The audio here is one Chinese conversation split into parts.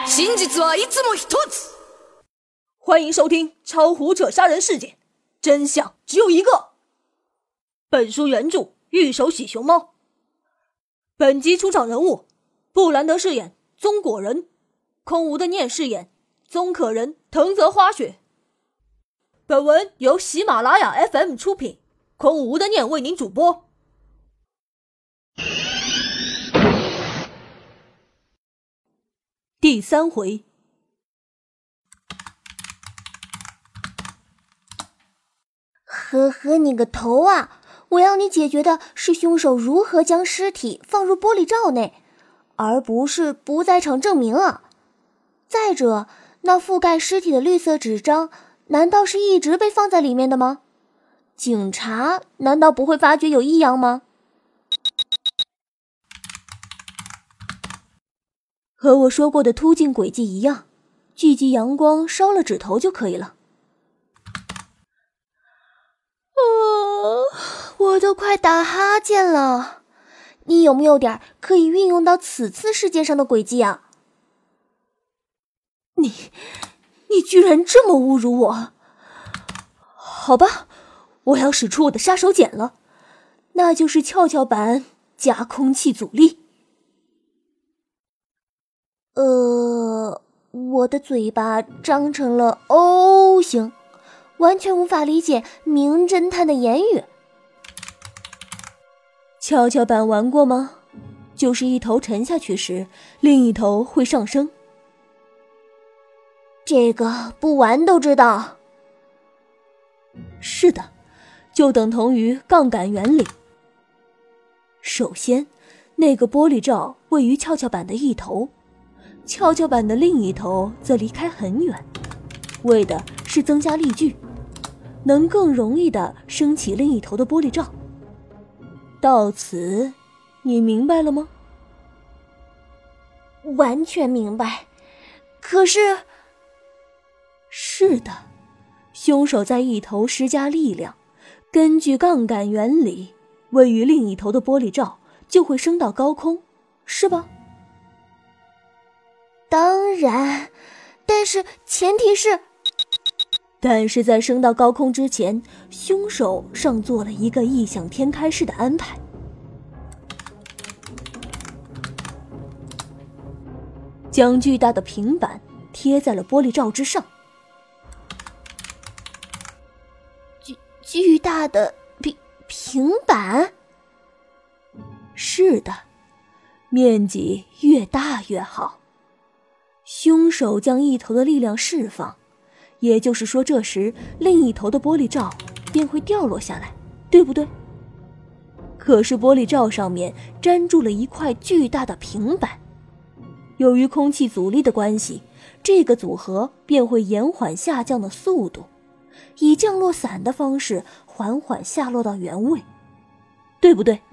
真実はいつも一つ。 欢迎收听超胡扯杀人事件，真相只有一个。本书原著玉手洗熊猫。本集出场人物：布兰德饰演宗果仁，空无的念饰演宗可人、藤泽花雪。本文由喜马拉雅 FM 出品，空无的念为您主播。第3回。 呵呵，你个头啊！我要你解决的是凶手如何将尸体放入玻璃罩内，而不是不在场证明啊！再者，那覆盖尸体的绿色纸张难道是一直被放在里面的吗？警察难道不会发觉有异样吗？和我说过的突进轨迹一样，聚集阳光烧了指头就可以了。我都快打哈欠了，你有没有点可以运用到此次事件上的轨迹啊？你居然这么侮辱我！好吧，我要使出我的杀手锏了，那就是跷跷板加空气阻力。我的嘴巴张成了 O 型，完全无法理解名侦探的言语。跷跷板玩过吗？就是一头沉下去时，另一头会上升。这个不玩都知道。是的，就等同于杠杆原理。首先，那个玻璃罩位于跷跷板的一头，跷跷板的另一头则离开很远，为的是增加力矩，能更容易地升起另一头的玻璃罩。到此，你明白了吗？完全明白。可是，是的，凶手在一头施加力量，根据杠杆原理，位于另一头的玻璃罩就会升到高空，是吧？当然，但是前提是……但是在升到高空之前，凶手尚做了一个异想天开式的安排。将巨大的平板贴在了玻璃罩之上。巨大的平板？是的，面积越大越好。凶手将一头的力量释放，也就是说这时另一头的玻璃罩便会掉落下来，对不对？可是玻璃罩上面粘住了一块巨大的平板，由于空气阻力的关系，这个组合便会延缓下降的速度，以降落伞的方式缓缓下落到原位，对不对？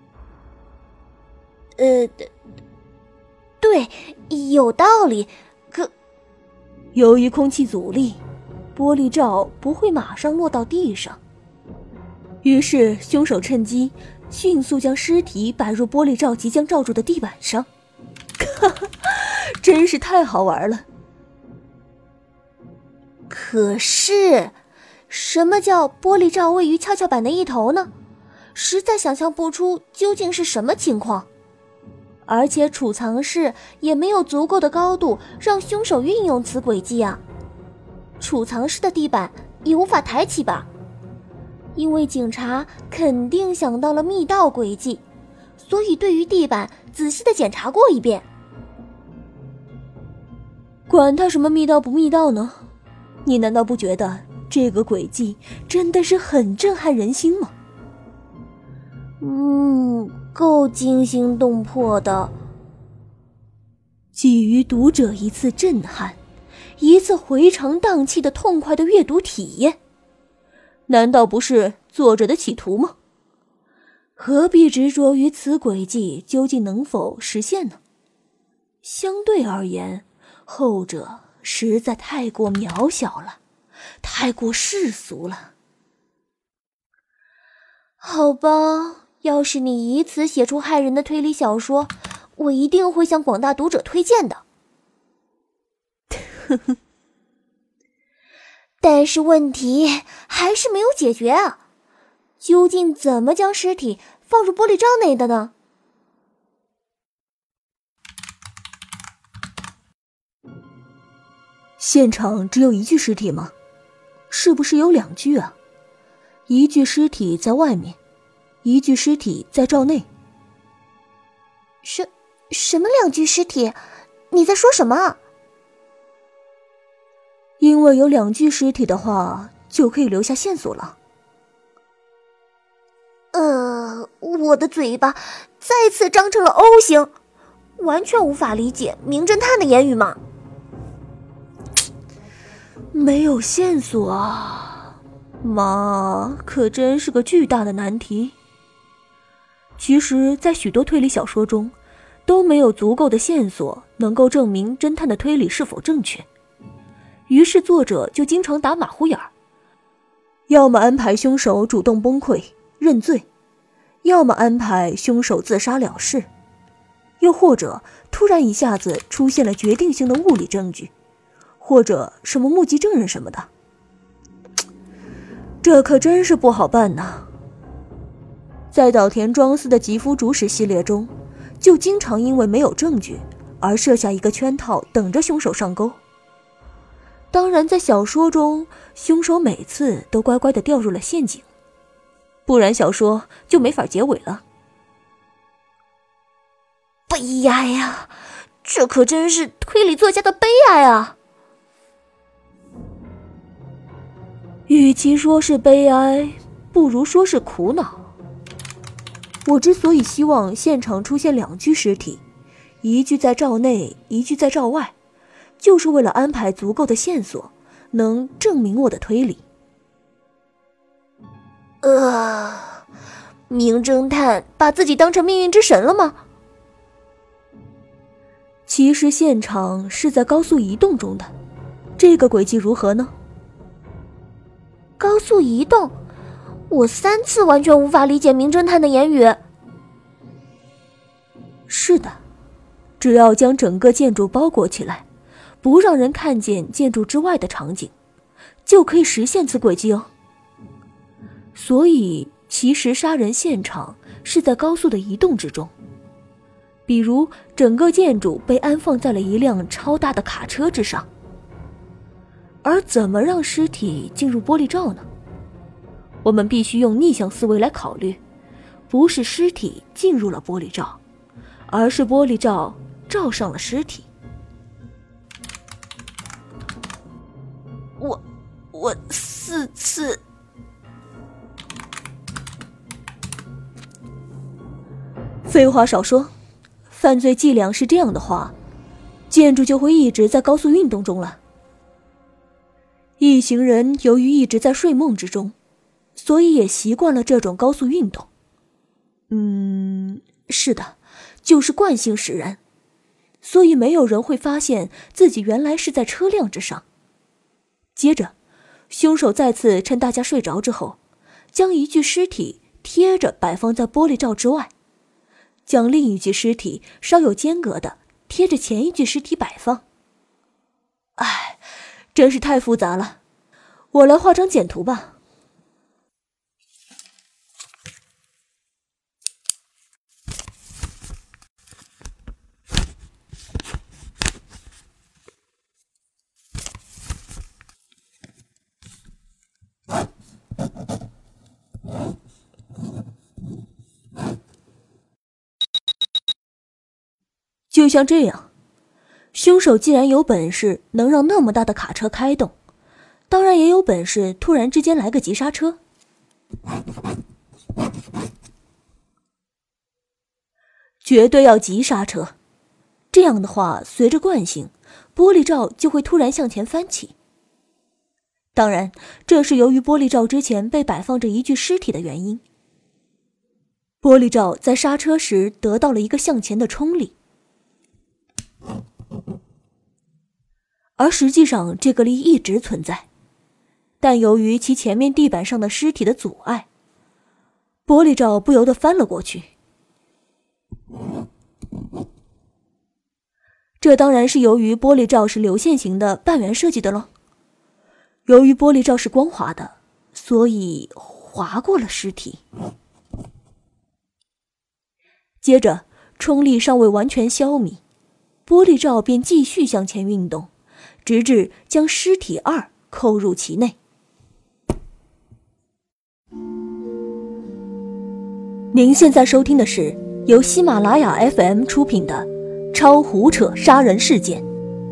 对，有道理。可由于空气阻力，玻璃罩不会马上落到地上，于是凶手趁机迅速将尸体摆入玻璃罩即将罩住的地板上。真是太好玩了。可是，什么叫玻璃罩位于跷跷板的一头呢？实在想象不出究竟是什么情况。而且储藏室也没有足够的高度让凶手运用此轨迹啊。储藏室的地板也无法抬起吧？因为警察肯定想到了密道轨迹，所以对于地板仔细地检查过一遍。管他什么密道不密道呢？你难道不觉得这个轨迹真的是很震撼人心吗？够惊心动魄的，给予读者一次震撼，一次回肠荡气的痛快的阅读体验，难道不是作者的企图吗？何必执着于此轨迹究竟能否实现呢？相对而言，后者实在太过渺小了，太过世俗了。好吧，要是你以此写出骇人的推理小说，我一定会向广大读者推荐的。 但是问题还是没有解决啊！究竟怎么将尸体放入玻璃罩内的呢？ 现场只有一具尸体吗？是不是有2具啊？一具尸体在外面，一具尸体在罩内。 什么2具尸体？你在说什么？ 因为有2具尸体的话，就可以留下线索了。 我的嘴巴再次张成了 O 型，完全无法理解名侦探的言语嘛。 没有线索啊，妈，可真是个巨大的难题。其实，在许多推理小说中，都没有足够的线索能够证明侦探的推理是否正确，于是作者就经常打马虎眼儿，要么安排凶手主动崩溃认罪，要么安排凶手自杀了事，又或者突然一下子出现了决定性的物理证据，或者什么目击证人什么的。这可真是不好办呐。在岛田庄司的吉夫主使系列中，就经常因为没有证据而设下一个圈套，等着凶手上钩。当然在小说中，凶手每次都乖乖地掉入了陷阱，不然小说就没法结尾了。 悲哀呀，这可真是推理作家的悲哀啊！ 与其说是悲哀，不如说是苦恼。我之所以希望现场出现2具尸体，一具在罩内，一具在罩外，就是为了安排足够的线索，能证明我的推理。 名侦探把自己当成命运之神了吗？ 其实现场是在高速移动中的，这个轨迹如何呢？ 高速移动？我3次完全无法理解名侦探的言语。 是的，只要将整个建筑包裹起来，不让人看见建筑之外的场景，就可以实现此轨迹哦。所以其实杀人现场是在高速的移动之中，比如整个建筑被安放在了一辆超大的卡车之上。而怎么让尸体进入玻璃罩呢？我们必须用逆向思维来考虑，不是尸体进入了玻璃罩，而是玻璃罩罩上了尸体。 我4次。 废话少说，犯罪伎俩是这样的话，建筑就会一直在高速运动中了。一行人由于一直在睡梦之中，所以也习惯了这种高速运动。是的，就是惯性使然，所以没有人会发现自己原来是在车辆之上。接着，凶手再次趁大家睡着之后，将一具尸体贴着摆放在玻璃罩之外，将另一具尸体稍有间隔的贴着前一具尸体摆放。真是太复杂了，我来画张简图吧。就像这样，凶手既然有本事能让那么大的卡车开动，当然也有本事突然之间来个急刹车。绝对要急刹车，这样的话，随着惯性，玻璃罩就会突然向前翻起。当然，这是由于玻璃罩之前被摆放着一具尸体的原因。玻璃罩在刹车时得到了一个向前的冲力，而实际上这个力一直存在，但由于其前面地板上的尸体的阻碍，玻璃罩不由得翻了过去。 这当然是由于玻璃罩是流线型的半圆设计的咯。由于玻璃罩是光滑的，所以划过了尸体。接着，冲力尚未完全消弭，玻璃罩便继续向前运动，直至将尸体2扣入其内。您现在收听的是由喜马拉雅 FM 出品的《超胡扯杀人事件》。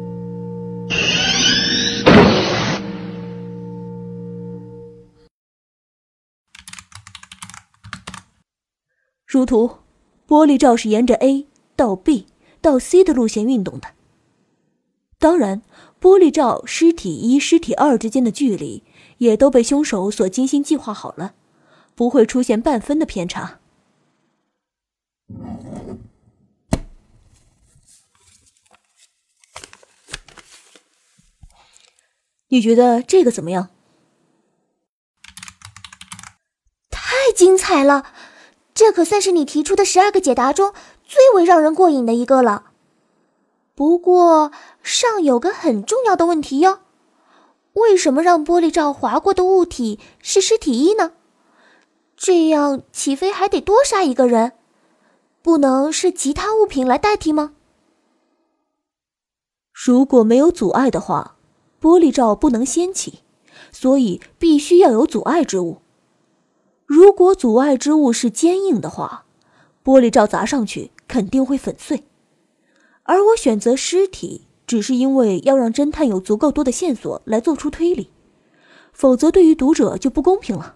如图，玻璃罩是沿着 A 到 B 到 C 的路线运动的。当然，玻璃罩尸体1、尸体2之间的距离也都被凶手所精心计划好了，不会出现半分的偏差。你觉得这个怎么样？ 太精彩了！这可算是你提出的12个解答中最为让人过瘾的一个了。不过尚有个很重要的问题哟，为什么让玻璃罩划过的物体是尸体1呢？这样岂非还得多杀一个人？不能是其他物品来代替吗？ 如果没有阻碍的话，玻璃罩不能掀起，所以必须要有阻碍之物。如果阻碍之物是坚硬的话，玻璃罩砸上去肯定会粉碎。而我选择尸体，只是因为要让侦探有足够多的线索来做出推理，否则对于读者就不公平了。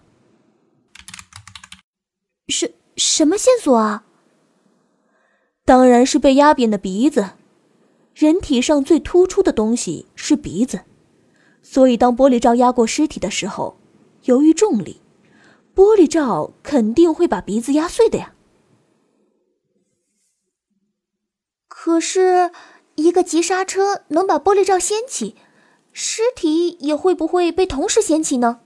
什么线索啊？ 当然是被压扁的鼻子。人体上最突出的东西是鼻子，所以当玻璃罩压过尸体的时候，由于重力，玻璃罩肯定会把鼻子压碎的呀。 可是一个急刹车能把玻璃罩掀起，尸体也会不会被同时掀起呢？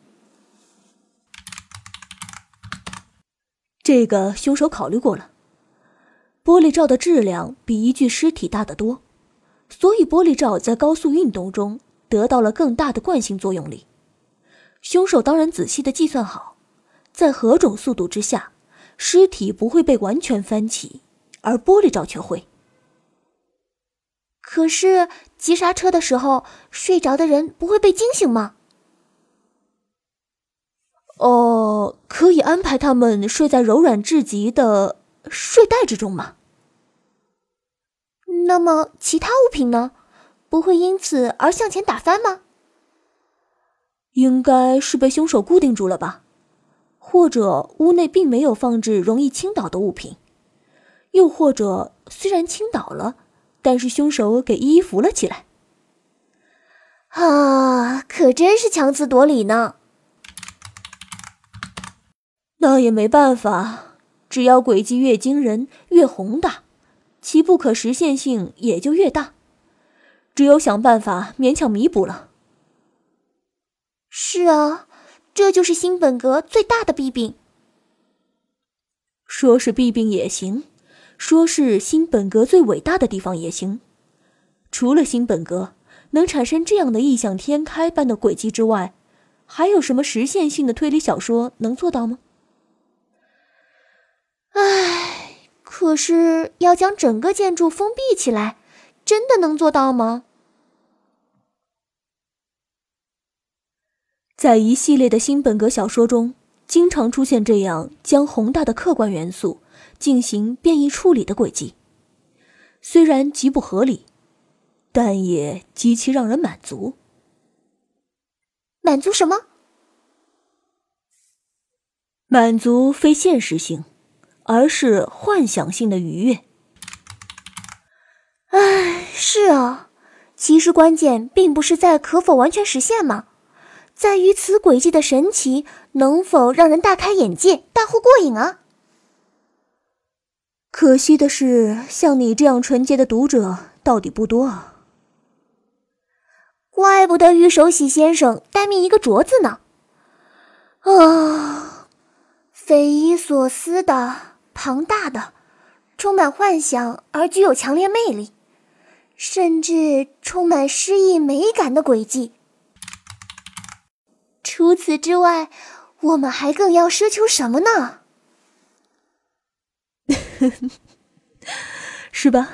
这个凶手考虑过了，玻璃罩的质量比一具尸体大得多，所以玻璃罩在高速运动中得到了更大的惯性作用力。凶手当然仔细地计算好，在何种速度之下，尸体不会被完全翻起，而玻璃罩却会。 可是急刹车的时候，睡着的人不会被惊醒吗？ 可以安排他们睡在柔软至极的睡袋之中吗？ 那么其他物品呢？不会因此而向前打翻吗？ 应该是被凶手固定住了吧，或者屋内并没有放置容易倾倒的物品，又或者虽然倾倒了，但是凶手给依附了起来。 可真是强词夺理呢。 那也没办法，只要诡计越惊人越宏大，其不可实现性也就越大，只有想办法勉强弥补了。 是啊，这就是新本格最大的弊病。 说是弊病也行，说是新本格最伟大的地方也行。除了新本格能产生这样的异想天开般的诡计之外，还有什么实现性的推理小说能做到吗？ 可是要将整个建筑封闭起来，真的能做到吗？ 在一系列的新本格小说中，经常出现这样将宏大的客观元素进行变异处理的轨迹，虽然极不合理，但也极其让人满足。 满足什么？ 满足非现实性，而是幻想性的愉悦。 是啊，其实关键并不是在可否完全实现嘛，在于此轨迹的神奇能否让人大开眼界，大呼过瘾啊。 可惜的是，像你这样纯洁的读者到底不多啊。 怪不得玉手洗先生单命一个镯子呢。匪夷所思的、庞大的、充满幻想而具有强烈魅力， 甚至充满诗意美感的轨迹。除此之外，我们还更要奢求什么呢？ 是吧？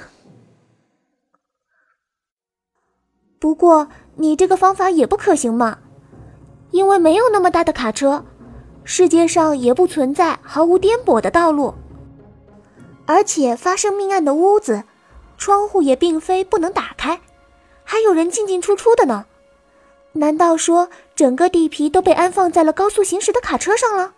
不过你这个方法也不可行嘛，因为没有那么大的卡车，世界上也不存在毫无颠簸的道路，而且发生命案的屋子，窗户也并非不能打开，还有人进进出出的呢。难道说整个地皮都被安放在了高速行驶的卡车上了？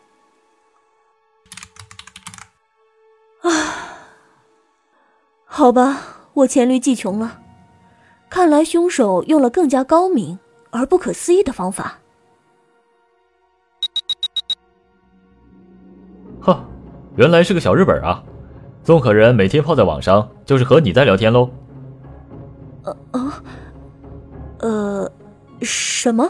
好吧，我黔驴技穷了。看来凶手用了更加高明而不可思议的方法。 呵，原来是个小日本啊！宗可人每天泡在网上，就是和你在聊天喽。 什么？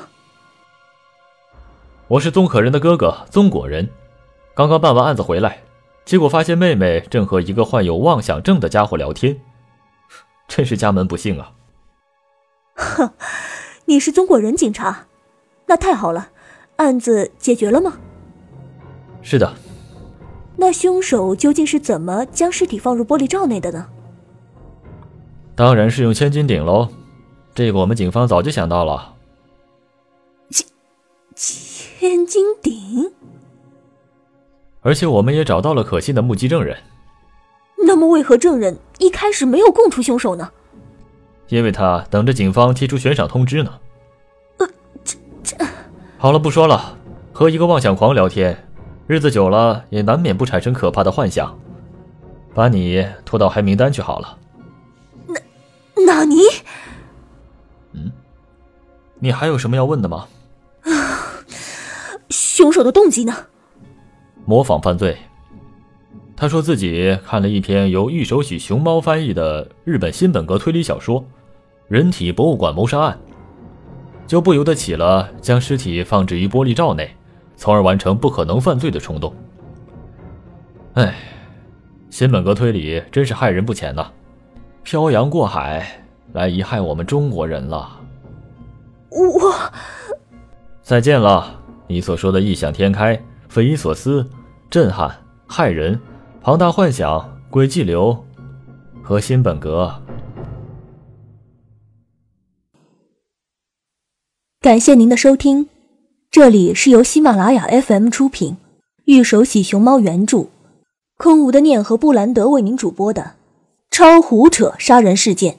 我是宗可人的哥哥宗果人，刚刚办完案子回来，结果发现妹妹正和一个患有妄想症的家伙聊天，真是家门不幸啊！ 哼，你是宗果人警察，那太好了，案子解决了吗？ 是的。 那凶手究竟是怎么将尸体放入玻璃罩内的呢？ 当然是用千斤顶喽，这个我们警方早就想到了。 千斤顶？ 而且我们也找到了可信的目击证人。 那么为何证人一开始没有供出凶手呢？ 因为他等着警方提出悬赏通知呢。好了，不说了，和一个妄想狂聊天，日子久了也难免不产生可怕的幻想。把你拖到黑名单去好了。 纳尼？ 你还有什么要问的吗？ 凶手的动机呢？ 模仿犯罪。他说自己看了一篇由玉手洗熊猫翻译的日本新本格推理小说《人体博物馆谋杀案》，就不由得起了将尸体放置于玻璃罩内，从而完成不可能犯罪的冲动。哎，新本格推理真是害人不浅呐，漂洋过海来贻害我们中国人了。 我再见了，你所说的异想天开、匪夷所思、震撼、害人、庞大幻想、诡计流和新本格。 感谢您的收听，这里是由喜马拉雅 FM 出品，玉手洗熊猫原著，空无的念和布兰德为您主播的超胡扯杀人事件。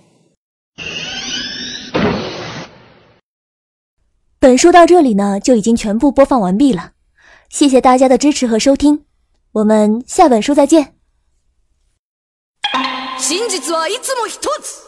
本书到这里呢就已经全部播放完毕了，谢谢大家的支持和收听，我们下本书再见。 真実はいつも一つ。